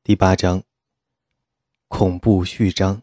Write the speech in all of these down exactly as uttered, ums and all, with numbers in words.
第八章，恐怖序章。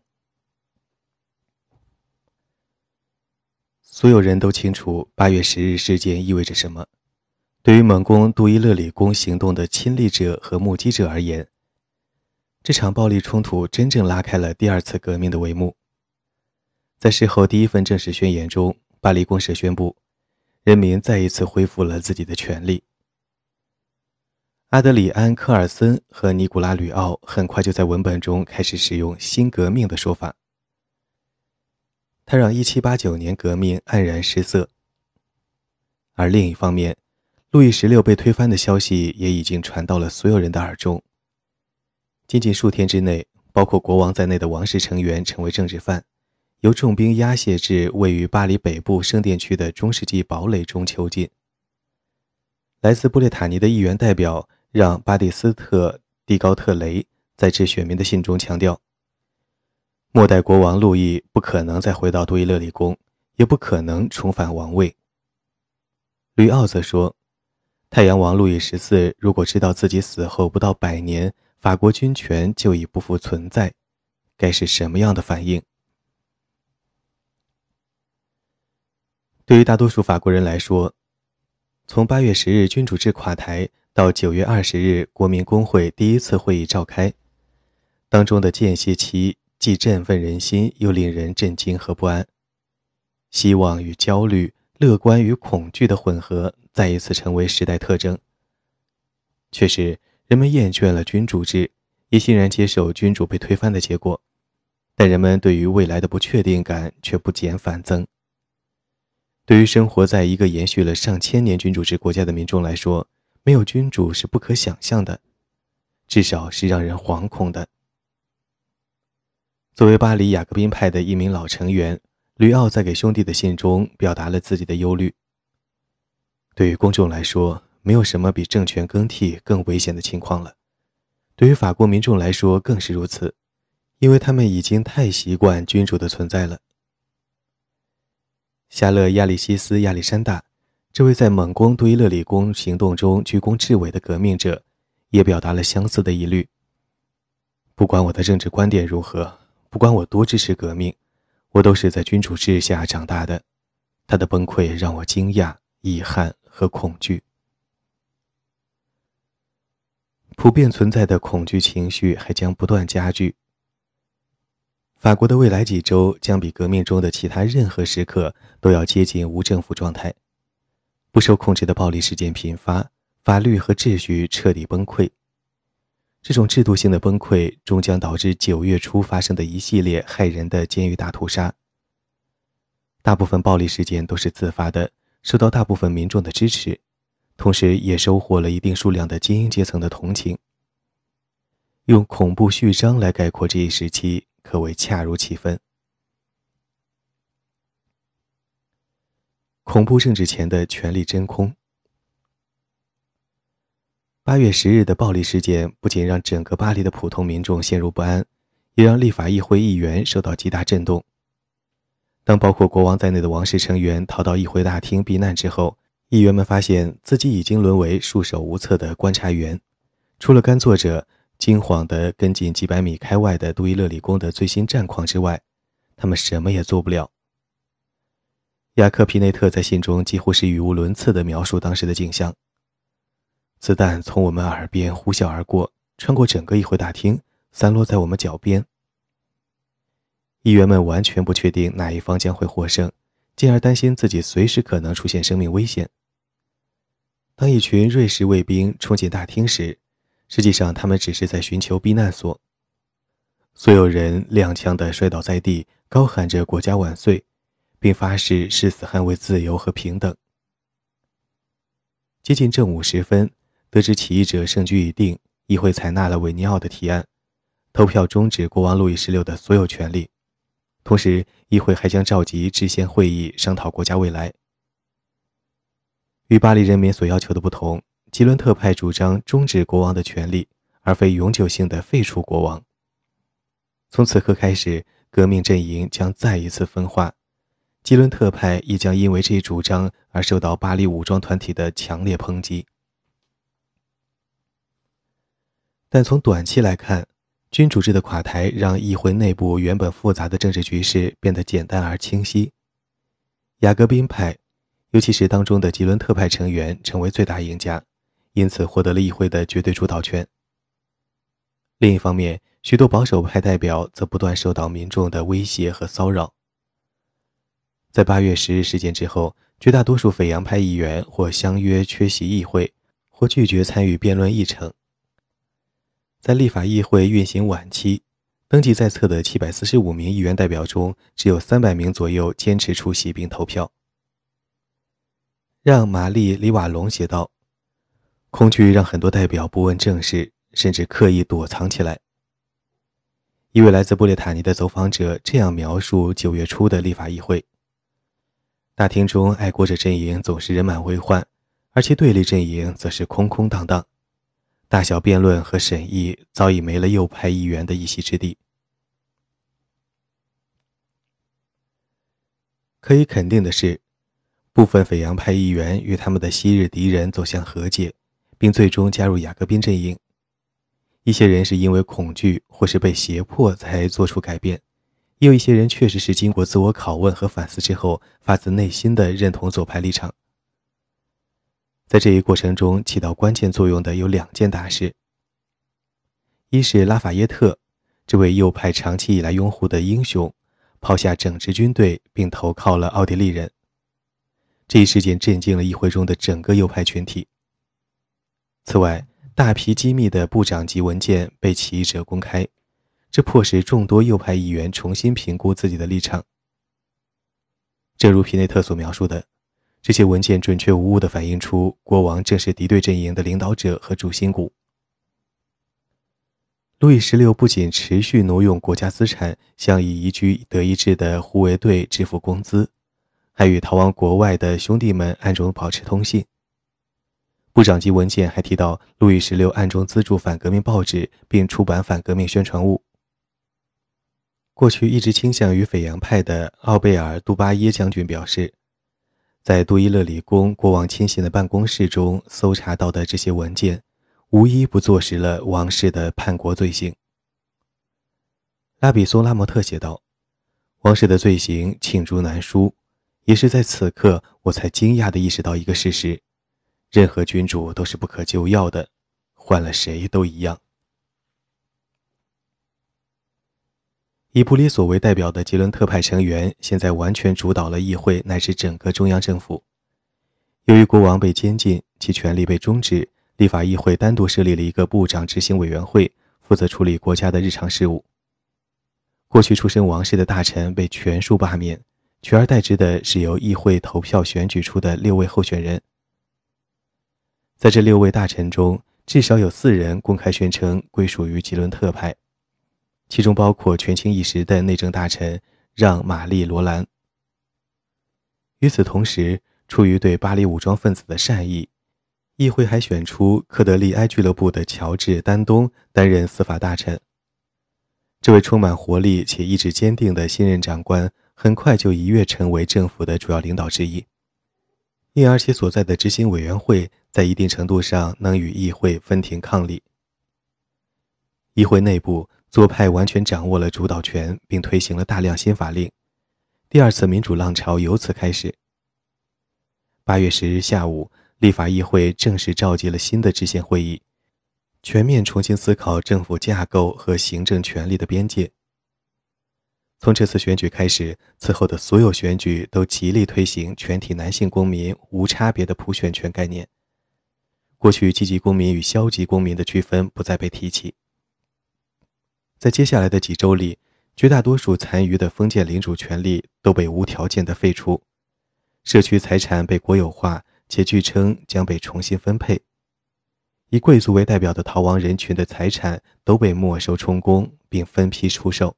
所有人都清楚八月十日事件意味着什么。对于蒙攻杜伊勒里宫行动的亲历者和目击者而言，这场暴力冲突真正拉开了第二次革命的帷幕。在事后第一份正式宣言中，巴黎公社宣布，人民再一次恢复了自己的权利。阿德里安·科尔森和尼古拉·吕奥很快就在文本中开始使用新革命的说法，他让一七八九年革命黯然失色。而另一方面，路易十六被推翻的消息也已经传到了所有人的耳中。仅仅数天之内，包括国王在内的王室成员成为政治犯，由重兵押解至位于巴黎北部圣殿区的中世纪堡垒中囚禁。来自布列塔尼的议员代表让巴蒂斯特·蒂高特雷在致选民的信中强调，末代国王路易不可能再回到杜伊勒里宫，也不可能重返王位。吕奥则说，太阳王路易十四如果知道自己死后不到百年，法国军权就已不复存在，该是什么样的反应？对于大多数法国人来说，从八月十日君主制垮台到九月二十日国民公会第一次会议召开，当中的间歇期既振奋人心，又令人震惊和不安。希望与焦虑，乐观与恐惧的混合再一次成为时代特征。确实，人们厌倦了君主制，也欣然接受君主被推翻的结果，但人们对于未来的不确定感却不减反增。对于生活在一个延续了上千年君主制国家的民众来说，没有君主是不可想象的，至少是让人惶恐的。作为巴黎雅各宾派的一名老成员，吕奥在给兄弟的信中表达了自己的忧虑。对于公众来说，没有什么比政权更替更危险的情况了。对于法国民众来说更是如此，因为他们已经太习惯君主的存在了。夏勒·亚历西斯·亚历山大，这位在蒙攻杜伊勒里宫行动中居功至伟的革命者，也表达了相似的疑虑。不管我的政治观点如何，不管我多支持革命，我都是在君主制下长大的，他的崩溃让我惊讶、遗憾和恐惧。普遍存在的恐惧情绪还将不断加剧。法国的未来几周将比革命中的其他任何时刻都要接近无政府状态。不受控制的暴力事件频发，法律和秩序彻底崩溃。这种制度性的崩溃终将导致九月初发生的一系列骇人的监狱大屠杀。大部分暴力事件都是自发的，受到大部分民众的支持，同时也收获了一定数量的精英阶层的同情。用恐怖序章来概括这一时期可谓恰如其分。恐怖政治前的权力真空。八月十日的暴力事件不仅让整个巴黎的普通民众陷入不安，也让立法议会议员受到极大震动。当包括国王在内的王室成员逃到议会大厅避难之后，议员们发现自己已经沦为束手无策的观察员，除了干坐着惊慌地跟进几百米开外的杜伊勒里宫的最新战况之外，他们什么也做不了。雅克皮内特在信中几乎是语无伦次地描述当时的景象。子弹从我们耳边呼啸而过，穿过整个议会大厅，散落在我们脚边。议员们完全不确定哪一方将会获胜，进而担心自己随时可能出现生命危险。当一群瑞士卫兵冲进大厅时，实际上他们只是在寻求避难所。所有人踉跄地摔倒在地，高喊着国家万岁，并发誓誓死捍卫自由和平等。接近正午时分，得知起义者胜局已定，议会采纳了韦尼奥的提案，投票终止国王路易十六的所有权利。同时，议会还将召集制宪会议商讨国家未来。与巴黎人民所要求的不同，吉伦特派主张终止国王的权利，而非永久性的废除国王。从此刻开始，革命阵营将再一次分化，吉伦特派亦将因为这一主张而受到巴黎武装团体的强烈抨击。 但从短期来看，君主制的垮台让议会内部原本复杂的政治局势变得简单而清晰。雅各宾派，尤其是当中的吉伦特派成员成为最大赢家，因此获得了议会的绝对主导权。另一方面，许多保守派代表则不断受到民众的威胁和骚扰。在八月十日事件之后，绝大多数斐扬派议员或相约缺席议会，或拒绝参与辩论议程。在立法议会运行晚期，登记在册的七百四十五名议员代表中，只有三百名左右坚持出席并投票。让·玛丽·里瓦隆写道：恐惧让很多代表不问政事，甚至刻意躲藏起来。一位来自布列塔尼的走访者这样描述九月初的立法议会：大厅中爱国者阵营总是人满为患，而其对立阵营则是空空荡荡。大小辩论和审议早已没了右派议员的一席之地。可以肯定的是，部分斐扬派议员与他们的昔日敌人走向和解，并最终加入雅各宾阵营。一些人是因为恐惧或是被胁迫才做出改变，也有一些人确实是经过自我拷问和反思之后，发自内心地认同左派立场。在这一过程中起到关键作用的有两件大事。一是拉法耶特，这位右派长期以来拥护的英雄，抛下整支军队并投靠了奥地利人。这一事件震惊了议会中的整个右派群体。此外，大批机密的部长级文件被起义者公开，这迫使众多右派议员重新评估自己的立场。正如皮内特所描述的，这些文件准确无误地反映出国王正是敌对阵营的领导者和主心骨。路易十六不仅持续挪用国家资产向已移居德意志的护卫队支付工资，还与逃亡国外的兄弟们暗中保持通信。部长级文件还提到，路易十六暗中资助反革命报纸并出版反革命宣传物。过去一直倾向于斐扬派的奥贝尔·杜巴耶将军表示，在杜伊勒里宫国王亲信的办公室中搜查到的这些文件，无一不坐实了王室的叛国罪行。拉比松拉莫特写道：王室的罪行罄竹难书，也是在此刻我才惊讶地意识到一个事实：任何君主都是不可救药的，换了谁都一样。以普里索为代表的吉伦特派成员现在完全主导了议会乃至整个中央政府。由于国王被监禁，其权力被终止，立法议会单独设立了一个部长执行委员会，负责处理国家的日常事务。过去出身王室的大臣被全数罢免，取而代之的是由议会投票选举出的六位候选人。在这六位大臣中，至少有四人公开宣称归属于吉伦特派，其中包括权倾一时的内政大臣让·玛丽·罗兰。与此同时，出于对巴黎武装分子的善意，议会还选出科德利埃俱乐部的乔治·丹东担任司法大臣。这位充满活力且意志坚定的新任长官很快就一跃成为政府的主要领导之一，因而其所在的执行委员会在一定程度上能与议会分庭抗礼。议会内部，左派完全掌握了主导权，并推行了大量新法令。第二次民主浪潮由此开始。八月十日下午，立法议会正式召集了新的制宪会议，全面重新思考政府架构和行政权力的边界。从这次选举开始，此后的所有选举都极力推行全体男性公民无差别的普选权概念。过去积极公民与消极公民的区分不再被提起。在接下来的几周里，绝大多数残余的封建领主权利都被无条件地废除，社区财产被国有化，且据称将被重新分配。以贵族为代表的逃亡人群的财产都被没收充公，并分批出售。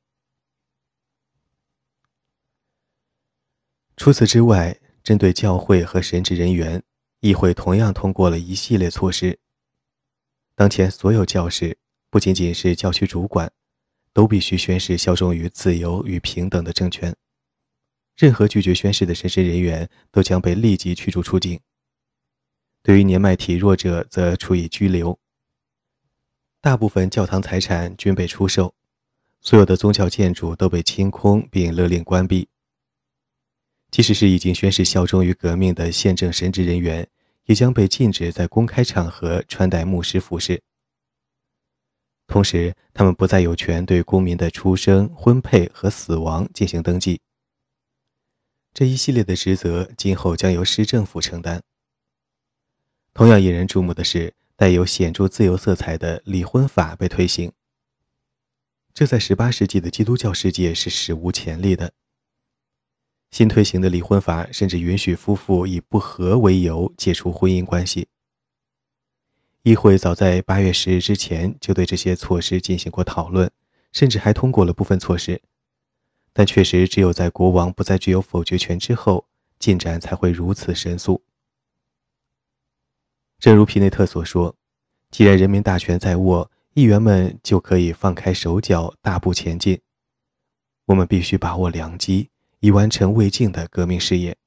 除此之外，针对教会和神职人员，议会同样通过了一系列措施。当前所有教士，不仅仅是教区主管，都必须宣誓效忠于自由与平等的政权。任何拒绝宣誓的神职人员都将被立即驱逐出境。对于年迈体弱者则处以拘留。 大部分教堂财产均被出售，所有的宗教建筑都被清空并勒令关闭。即使是已经宣誓效忠于革命的宪政神职人员，也将被禁止在公开场合穿戴牧师服饰。同时，他们不再有权对公民的出生、婚配和死亡进行登记。这一系列的职责今后将由市政府承担。同样引人注目的是，带有显著自由色彩的离婚法被推行。这在十八世纪的基督教世界是史无前例的。新推行的离婚法甚至允许夫妇以不和为由解除婚姻关系。议会早在八月十日之前就对这些措施进行过讨论，甚至还通过了部分措施，但确实只有在国王不再具有否决权之后，进展才会如此神速。正如皮内特所说，既然人民大权在握，议员们就可以放开手脚，大步前进。我们必须把握良机，以完成未尽的革命事业。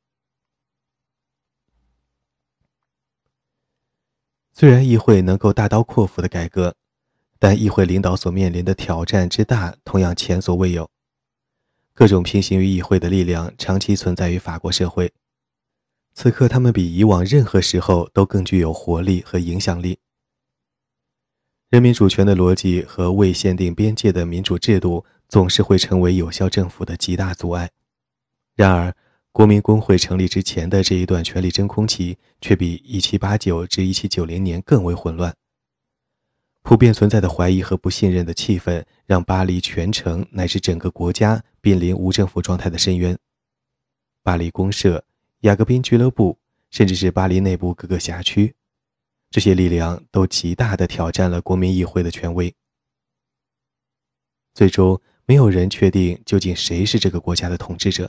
虽然议会能够大刀阔斧的改革，但议会领导所面临的挑战之大同样前所未有。各种平行于议会的力量长期存在于法国社会，此刻他们比以往任何时候都更具有活力和影响力。人民主权的逻辑和未限定边界的民主制度总是会成为有效政府的极大阻碍。然而，国民工会成立之前的这一段权力真空期却比一七八九至一七九零年更为混乱。普遍存在的怀疑和不信任的气氛让巴黎全城乃至整个国家濒临无政府状态的深渊。巴黎公社、雅各宾俱乐部，甚至是巴黎内部各个辖区，这些力量都极大地挑战了国民议会的权威。最终，没有人确定究竟谁是这个国家的统治者。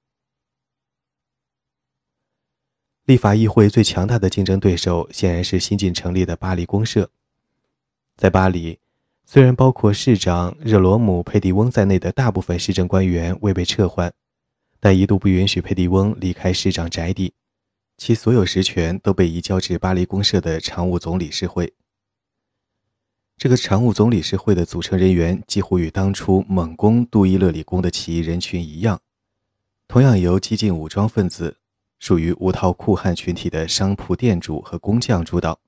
立法议会最强大的竞争对手显然是新近成立的巴黎公社。在巴黎，虽然包括市长热罗姆·佩蒂翁在内的大部分市政官员未被撤换，但一度不允许佩蒂翁离开市长宅邸，其所有实权都被移交至巴黎公社的常务总理事会。这个常务总理事会的组成人员几乎与当初猛攻杜伊勒里宫的起义人群一样，同样由激进武装分子、属于无套酷汉群体的商铺店主和工匠主导。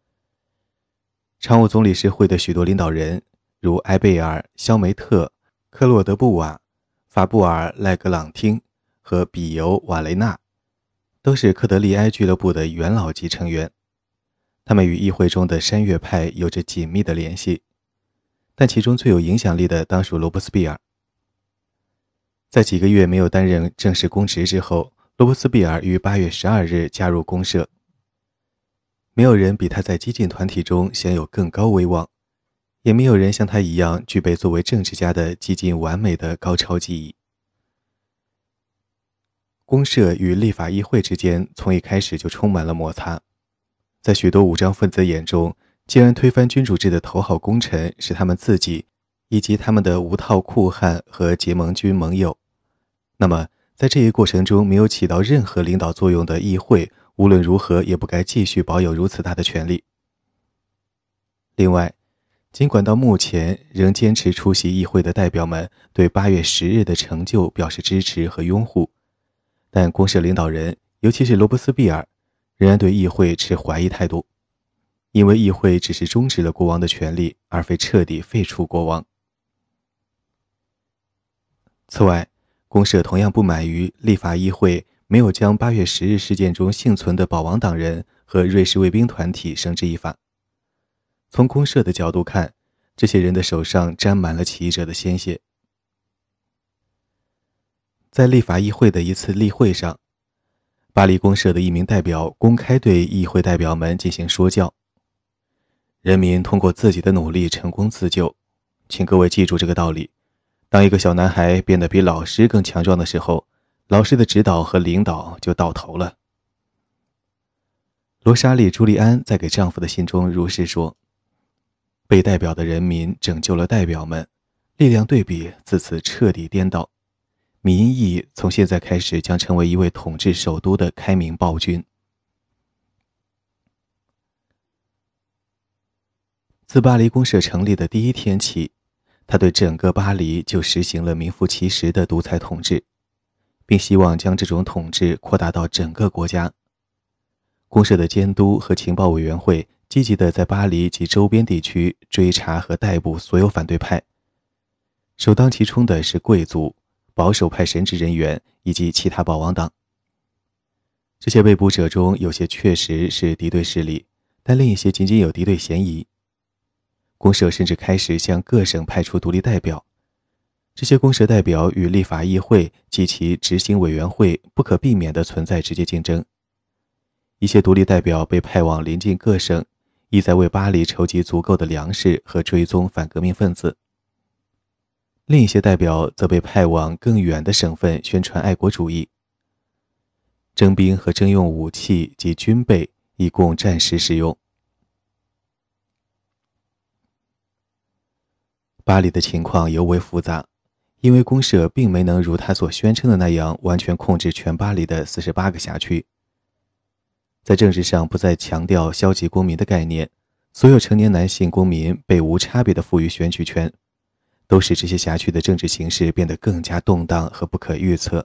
常务总理事会的许多领导人，如埃贝尔、肖梅特、克洛德布瓦、法布尔·赖格朗汀和比尤·瓦雷纳，都是克德利埃俱乐部的元老级成员。他们与议会中的山岳派有着紧密的联系，但其中最有影响力的当属罗伯斯庇尔。在几个月没有担任正式公职之后，罗伯斯庇尔于八月十二日加入公社。没有人比他在激进团体中享有更高威望，也没有人像他一样具备作为政治家的几近完美的高超技艺。公社与立法议会之间从一开始就充满了摩擦。在许多武装分子眼中，既然推翻君主制的头号功臣是他们自己以及他们的无套酷汉和结盟军盟友，那么在这一过程中没有起到任何领导作用的议会无论如何也不该继续保有如此大的权力。另外，尽管到目前仍坚持出席议会的代表们对八月十日的成就表示支持和拥护，但公社领导人，尤其是罗伯斯庇尔，仍然对议会持怀疑态度，因为议会只是终止了国王的权利，而非彻底废除国王。此外，公社同样不满于立法议会没有将八月十日事件中幸存的保王党人和瑞士卫兵团体绳之以法。从公社的角度看，这些人的手上沾满了起义者的鲜血。在立法议会的一次例会上，巴黎公社的一名代表公开对议会代表们进行说教：人民通过自己的努力成功自救，请各位记住这个道理，当一个小男孩变得比老师更强壮的时候，老师的指导和领导就到头了。罗莎莉·朱利安在给丈夫的信中如是说：被代表的人民拯救了代表们，力量对比自此彻底颠倒，民意从现在开始将成为一位统治首都的开明暴君。 自巴黎公社成立的第一天起，他对整个巴黎就实行了名副其实的独裁统治，并希望将这种统治扩大到整个国家。公社的监督和情报委员会积极地在巴黎及周边地区追查和逮捕所有反对派，首当其冲的是贵族、保守派神职人员以及其他保王党。这些被捕者中有些确实是敌对势力，但另一些仅仅有敌对嫌疑。公社甚至开始向各省派出独立代表，这些公社代表与立法议会及其执行委员会不可避免地存在直接竞争。一些独立代表被派往邻近各省，意在为巴黎筹集足够的粮食和追踪反革命分子。另一些代表则被派往更远的省份宣传爱国主义。征兵和征用武器及军备以供战时使用。巴黎的情况尤为复杂，因为公社并没能如他所宣称的那样完全控制全巴黎的四十八个辖区。在政治上不再强调消极公民的概念，所有成年男性公民被无差别地赋予选举权，都使这些辖区的政治形势变得更加动荡和不可预测。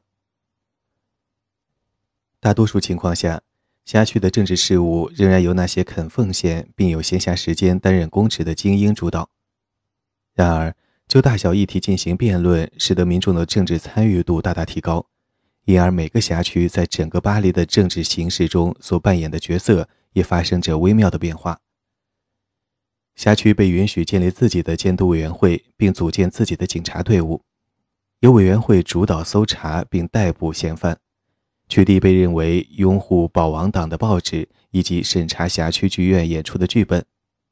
大多数情况下，辖区的政治事务仍然由那些肯奉献并有闲暇时间担任公职的精英主导。然而，就大小议题进行辩论，使得民众的政治参与度大大提高，因而每个辖区在整个巴黎的政治形势中所扮演的角色也发生着微妙的变化。辖区被允许建立自己的监督委员会，并组建自己的警察队伍，由委员会主导搜查并逮捕嫌犯，取缔被认为拥护保王党的报纸，以及审查辖区剧院演出的剧本。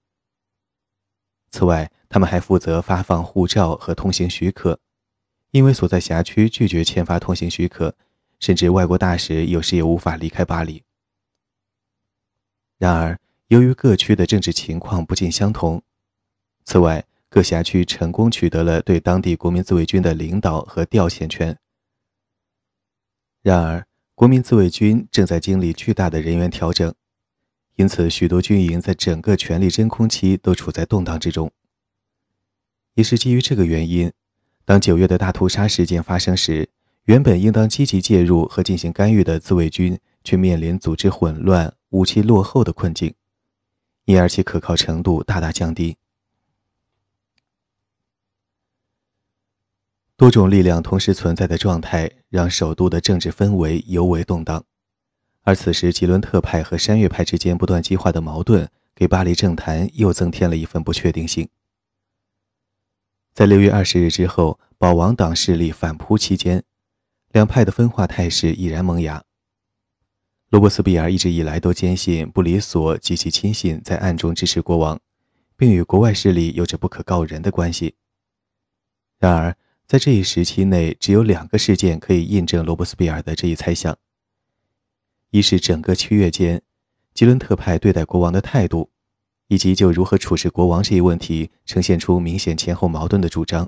此外，他们还负责发放护照和通行许可，因为所在辖区拒绝签发通行许可，甚至外国大使有时也无法离开巴黎。然而，由于各区的政治情况不尽相同，此外，各辖区成功取得了对当地国民自卫军的领导和调遣权。然而，国民自卫军正在经历巨大的人员调整，因此许多军营在整个权力真空期都处在动荡之中。也是基于这个原因，当九月的大屠杀事件发生时，原本应当积极介入和进行干预的自卫军却面临组织混乱、武器落后的困境，因而其可靠程度大大降低。多种力量同时存在的状态让首都的政治氛围尤为动荡，而此时吉伦特派和山岳派之间不断激化的矛盾给巴黎政坛又增添了一份不确定性。在六月二十日之后，保王党势力反扑期间，两派的分化态势已然萌芽。罗伯斯庇尔一直以来都坚信布里索及其亲信在暗中支持国王，并与国外势力有着不可告人的关系。然而，在这一时期内，只有两个事件可以印证罗伯斯庇尔的这一猜想。一是整个七月间，吉伦特派对待国王的态度，以及就如何处置国王这一问题呈现出明显前后矛盾的主张。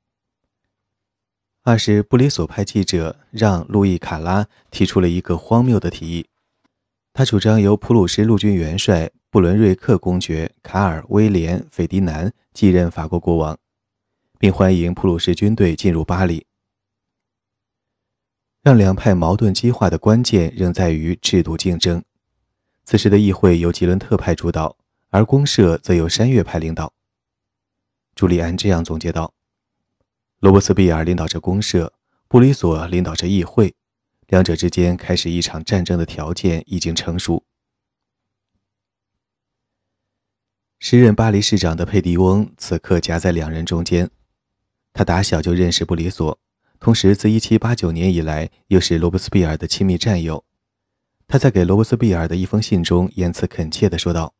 二是布里索派记者让·路易·卡拉提出了一个荒谬的提议，他主张由普鲁士陆军元帅布伦瑞克公爵卡尔·威廉·斐迪南继任法国国王，并欢迎普鲁士军队进入巴黎。让两派矛盾激化的关键仍在于制度竞争。此时的议会由吉伦特派主导，而公社则由山岳派领导。朱利安这样总结道：罗伯斯庇尔领导着公社，布里索领导着议会，两者之间开始一场战争的条件已经成熟。时任巴黎市长的佩蒂翁此刻夹在两人中间，他打小就认识布里索，同时自一七八九年以来又是罗伯斯庇尔的亲密战友。他在给罗伯斯庇尔的一封信中言辞恳切地说道：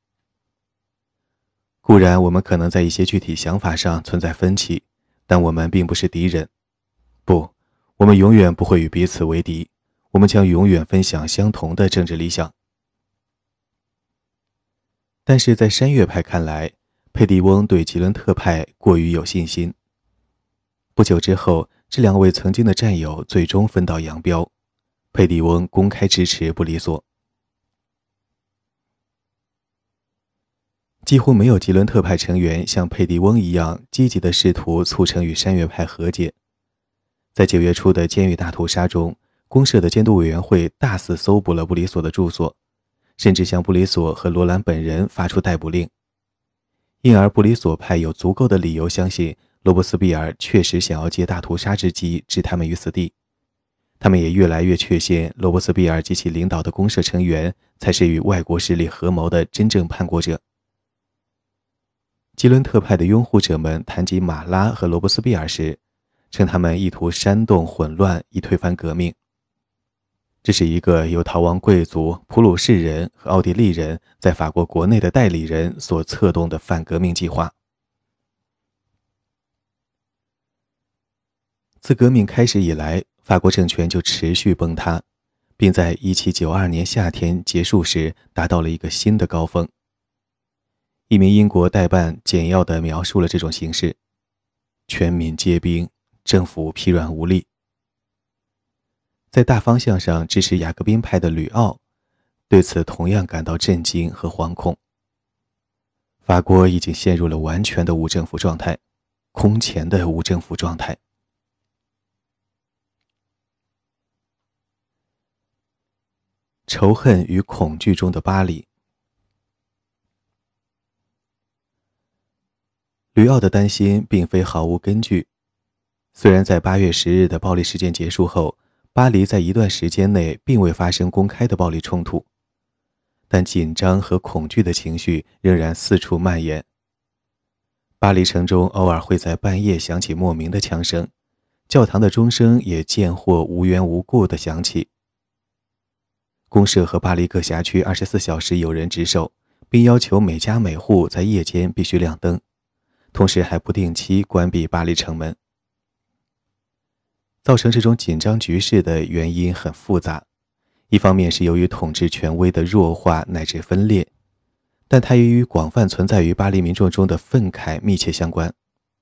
固然我们可能在一些具体想法上存在分歧，但我们并不是敌人。不，我们永远不会与彼此为敌，我们将永远分享相同的政治理想。但是在山岳派看来，佩蒂翁对吉伦特派过于有信心。不久之后，这两位曾经的战友最终分道扬镳，佩蒂翁公开支持布里索。 几乎没有吉伦特派成员像佩蒂翁一样积极地试图促成与山岳派和解。在九月初的监狱大屠杀中，公社的监督委员会大肆搜捕了布里索的住所，甚至向布里索和罗兰本人发出逮捕令。因而布里索派有足够的理由相信罗伯斯庇尔确实想要借大屠杀之机置他们于死地。他们也越来越确信罗伯斯庇尔及其领导的公社成员才是与外国势力合谋的真正叛国者。吉伦特派的拥护者们谈及马拉和罗伯斯庇尔时，称他们意图煽动混乱以推翻革命。这是一个由逃亡贵族、普鲁士人和奥地利人在法国国内的代理人所策动的反革命计划。自革命开始以来，法国政权就持续崩塌，并在一七九二年夏天结束时达到了一个新的高峰。一名英国代办简要地描述了这种形势：全民皆兵，政府疲软无力。在大方向上支持雅各宾派的吕奥对此同样感到震惊和惶恐。法国已经陷入了完全的无政府状态，空前的无政府状态。仇恨与恐惧中的巴黎。吕奥的担心并非毫无根据。虽然在八月十日的暴力事件结束后，巴黎在一段时间内并未发生公开的暴力冲突，但紧张和恐惧的情绪仍然四处蔓延。巴黎城中偶尔会在半夜响起莫名的枪声，教堂的钟声也渐或无缘无故地响起。公社和巴黎各辖区二十四小时有人值守，并要求每家每户在夜间必须亮灯，同时还不定期关闭巴黎城门。造成这种紧张局势的原因很复杂，一方面是由于统治权威的弱化乃至分裂，但它也与广泛存在于巴黎民众中的愤慨密切相关。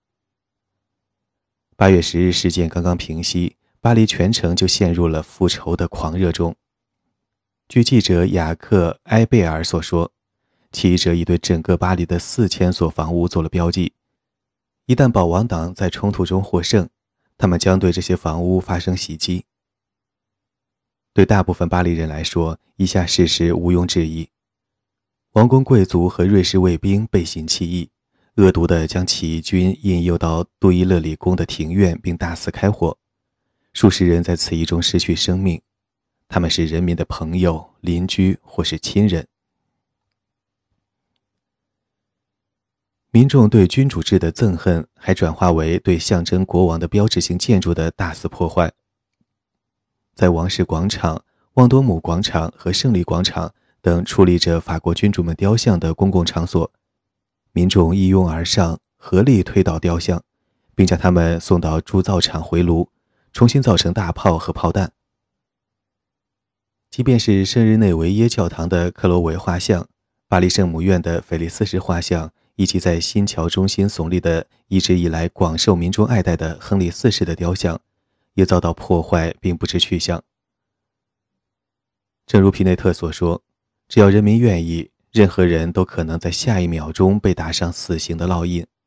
八月十日事件刚刚平息，巴黎全城就陷入了复仇的狂热中。据记者雅克·埃贝尔所说，起义者已对整个巴黎的四千所房屋做了标记，一旦保王党在冲突中获胜，他们将对这些房屋发生袭击。对大部分巴黎人来说，以下事实毋庸置疑：王公贵族和瑞士卫兵背信弃义，恶毒地将起义军引诱到杜伊勒里宫的庭院并大肆开火，数十人在此役中失去生命，他们是人民的朋友、邻居或是亲人。民众对君主制的憎恨还转化为对象征国王的标志性建筑的大肆破坏。在王室广场、旺多姆广场和胜利广场等矗立着法国君主们雕像的公共场所，民众一拥而上，合力推倒雕像，并将它们送到铸造厂回炉，重新造成大炮和炮弹。即便是圣日内维耶教堂的克罗维画像、巴黎圣母院的菲利斯式画像，以及在新桥中心耸立的一直以来广受民众爱戴的亨利四世的雕像，也遭到破坏并不知去向。正如皮内特所说，只要人民愿意，任何人都可能在下一秒钟被打上死刑的烙印。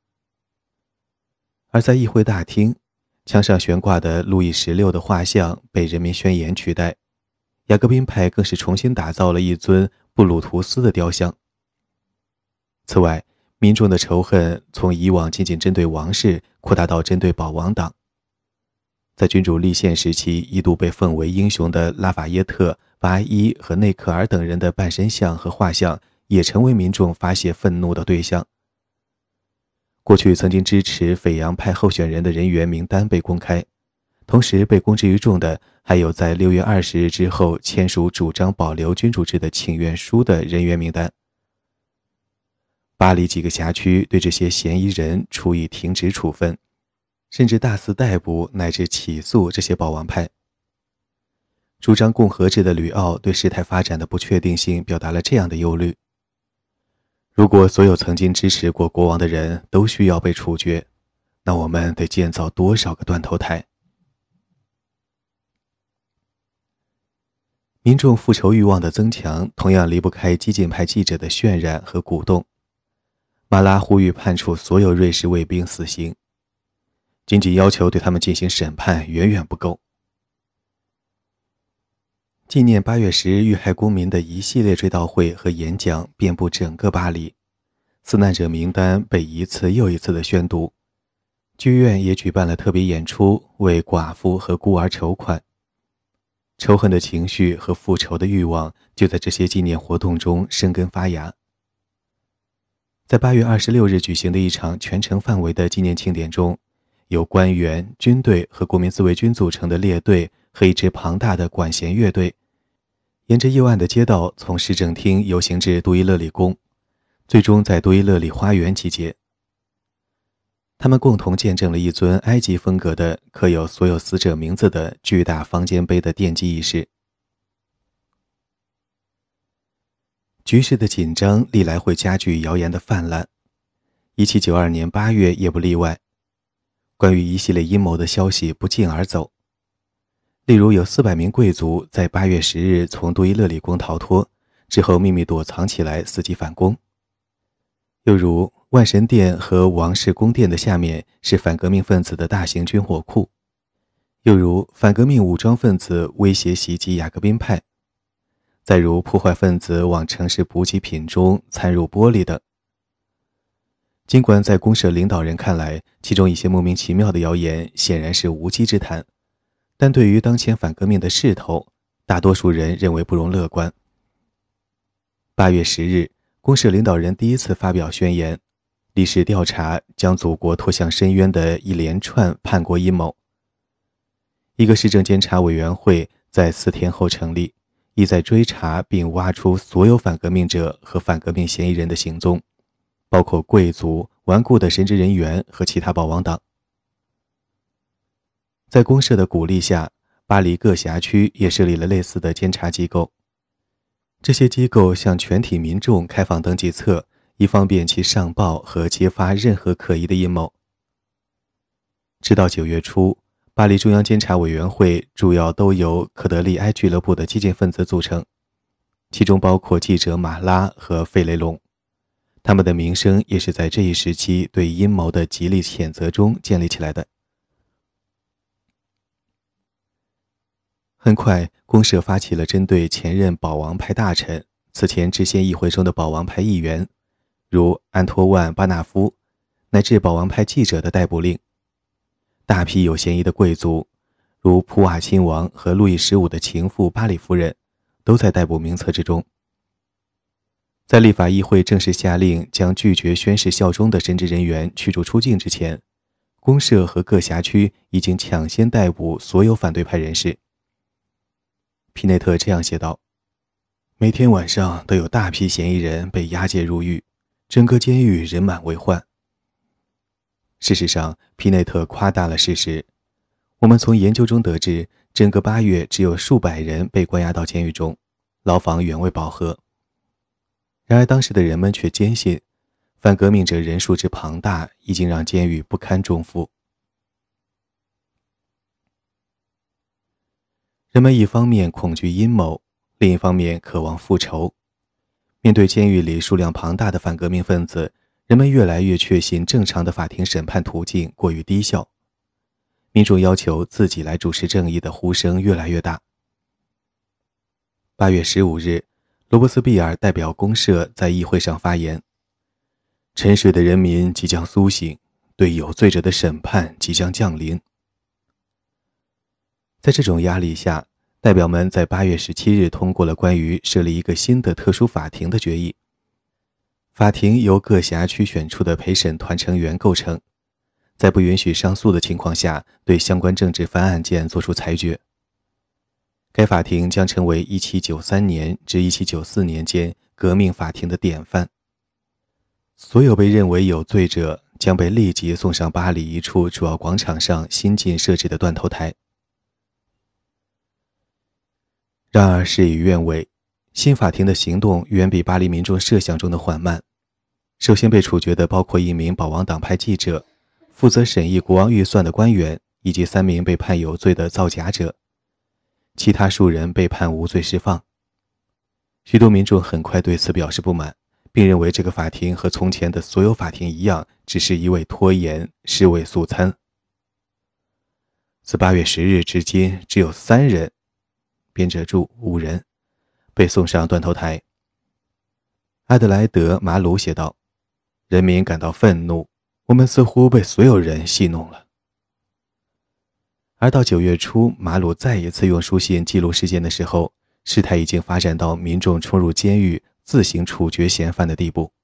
而在议会大厅，墙上悬挂的路易十六的画像被人民宣言取代，雅各宾派更是重新打造了一尊布鲁图斯的雕像。此外，民众的仇恨从以往仅仅针对王室扩大到针对保王党。在君主立宪时期一度被奉为英雄的拉法耶特、巴伊和内克尔等人的半身像和画像也成为民众发泄愤怒的对象。过去曾经支持斐扬派候选人的人员名单被公开，同时被公之于众的还有在六月二十日之后签署主张保留君主制的请愿书的人员名单。巴黎几个辖区对这些嫌疑人处以停职处分，甚至大肆逮捕乃至起诉这些保王派。主张共和制的吕奥对事态发展的不确定性表达了这样的忧虑：如果所有曾经支持过国王的人都需要被处决，那我们得建造多少个断头台？民众复仇欲望的增强同样离不开激进派记者的渲染和鼓动。 马拉呼吁判处所有瑞士卫兵死刑，仅仅要求对他们进行审判远远不够。纪念八月十日遇害公民的一系列追悼会和演讲遍布整个巴黎，死难者名单被一次又一次地宣读，剧院也举办了特别演出，为寡妇和孤儿筹款。仇恨的情绪和复仇的欲望就在这些纪念活动中生根发芽。在八月二十六日举行的一场全城范围的纪念庆典中，由官员、军队和国民自卫军组成的列队和一支庞大的管弦乐队，沿着幽暗的街道从市政厅游行至杜伊勒里宫，最终在杜伊勒里花园集结。他们共同见证了一尊埃及风格的刻有所有死者名字的巨大方尖碑的奠基仪式。局势的紧张历来会加剧谣言的泛滥，一七九二年八月也不例外。关于一系列阴谋的消息不胫而走，例如有四百名贵族在八月十日从杜伊勒里宫逃脱，之后秘密躲藏起来伺机反攻。又如万神殿和王室宫殿的下面是反革命分子的大型军火库，又如反革命武装分子威胁袭击雅各宾派，再如破坏分子往城市补给品中掺入玻璃等。尽管在公社领导人看来，其中一些莫名其妙的谣言显然是无稽之谈，但对于当前反革命的势头，大多数人认为不容乐观。八月十日，公社领导人第一次发表宣言，历史调查将祖国拖向深渊的一连串叛国阴谋。一个市政监察委员会在四天后成立，意在追查并挖出所有反革命者和反革命嫌疑人的行踪，包括贵族、顽固的神职人员和其他保王党。在公社的鼓励下，巴黎各辖区也设立了类似的监察机构。这些机构向全体民众开放登记册，以方便其上报和揭发任何可疑的阴谋。直到九月初，巴黎中央监察委员会主要都由科德利埃俱乐部的激进分子组成，其中包括记者马拉和费雷隆。他们的名声也是在这一时期对阴谋的极力谴责中建立起来的。很快，公社发起了针对前任保王派大臣、此前制宪议会中的保王派议员，如安托万·巴纳夫，乃至保王派记者的逮捕令。大批有嫌疑的贵族，如普瓦亲王和路易十五的情妇巴里夫人，都在逮捕名册之中。在立法议会正式下令将拒绝宣誓效忠的神职人员驱逐出境之前，公社和各辖区已经抢先逮捕所有反对派人士。皮内特这样写道：每天晚上都有大批嫌疑人被押解入狱，整个监狱人满为患。事实上，皮内特夸大了事实。我们从研究中得知，整个八月只有数百人被关押到监狱中，牢房远未饱和。然而当时的人们却坚信，反革命者人数之庞大已经让监狱不堪重负。人们一方面恐惧阴谋，另一方面渴望复仇。面对监狱里数量庞大的反革命分子，人们越来越确信正常的法庭审判途径过于低效。民众要求自己来主持正义的呼声越来越大。八月十五日，罗伯斯庇尔代表公社在议会上发言：沉睡的人民即将苏醒，对有罪者的审判即将降临。在这种压力下，代表们在八月十七日通过了关于设立一个新的特殊法庭的决议。法庭由各辖区选出的陪审团成员构成，在不允许上诉的情况下，对相关政治犯案件作出裁决。该法庭将成为一七九三年至一七九四年间革命法庭的典范。所有被认为有罪者将被立即送上巴黎一处主要广场上新近设置的断头台。然而事与愿违，新法庭的行动远比巴黎民众设想中的缓慢。首先被处决的包括一名保王党派记者、负责审议国王预算的官员以及三名被判有罪的造假者，其他数人被判无罪释放。许多民众很快对此表示不满， 并认为这个法庭和从前的所有法庭一样，只是一味拖延，尸位素餐。自八月十日至今，只有三人（编者注：五人）被送上断头台。阿德莱德·马鲁写道：“人民感到愤怒，我们似乎被所有人戏弄了。”而到九月初，马鲁再一次用书信记录事件的时候，事态已经发展到民众冲入监狱自行处决嫌犯的地步。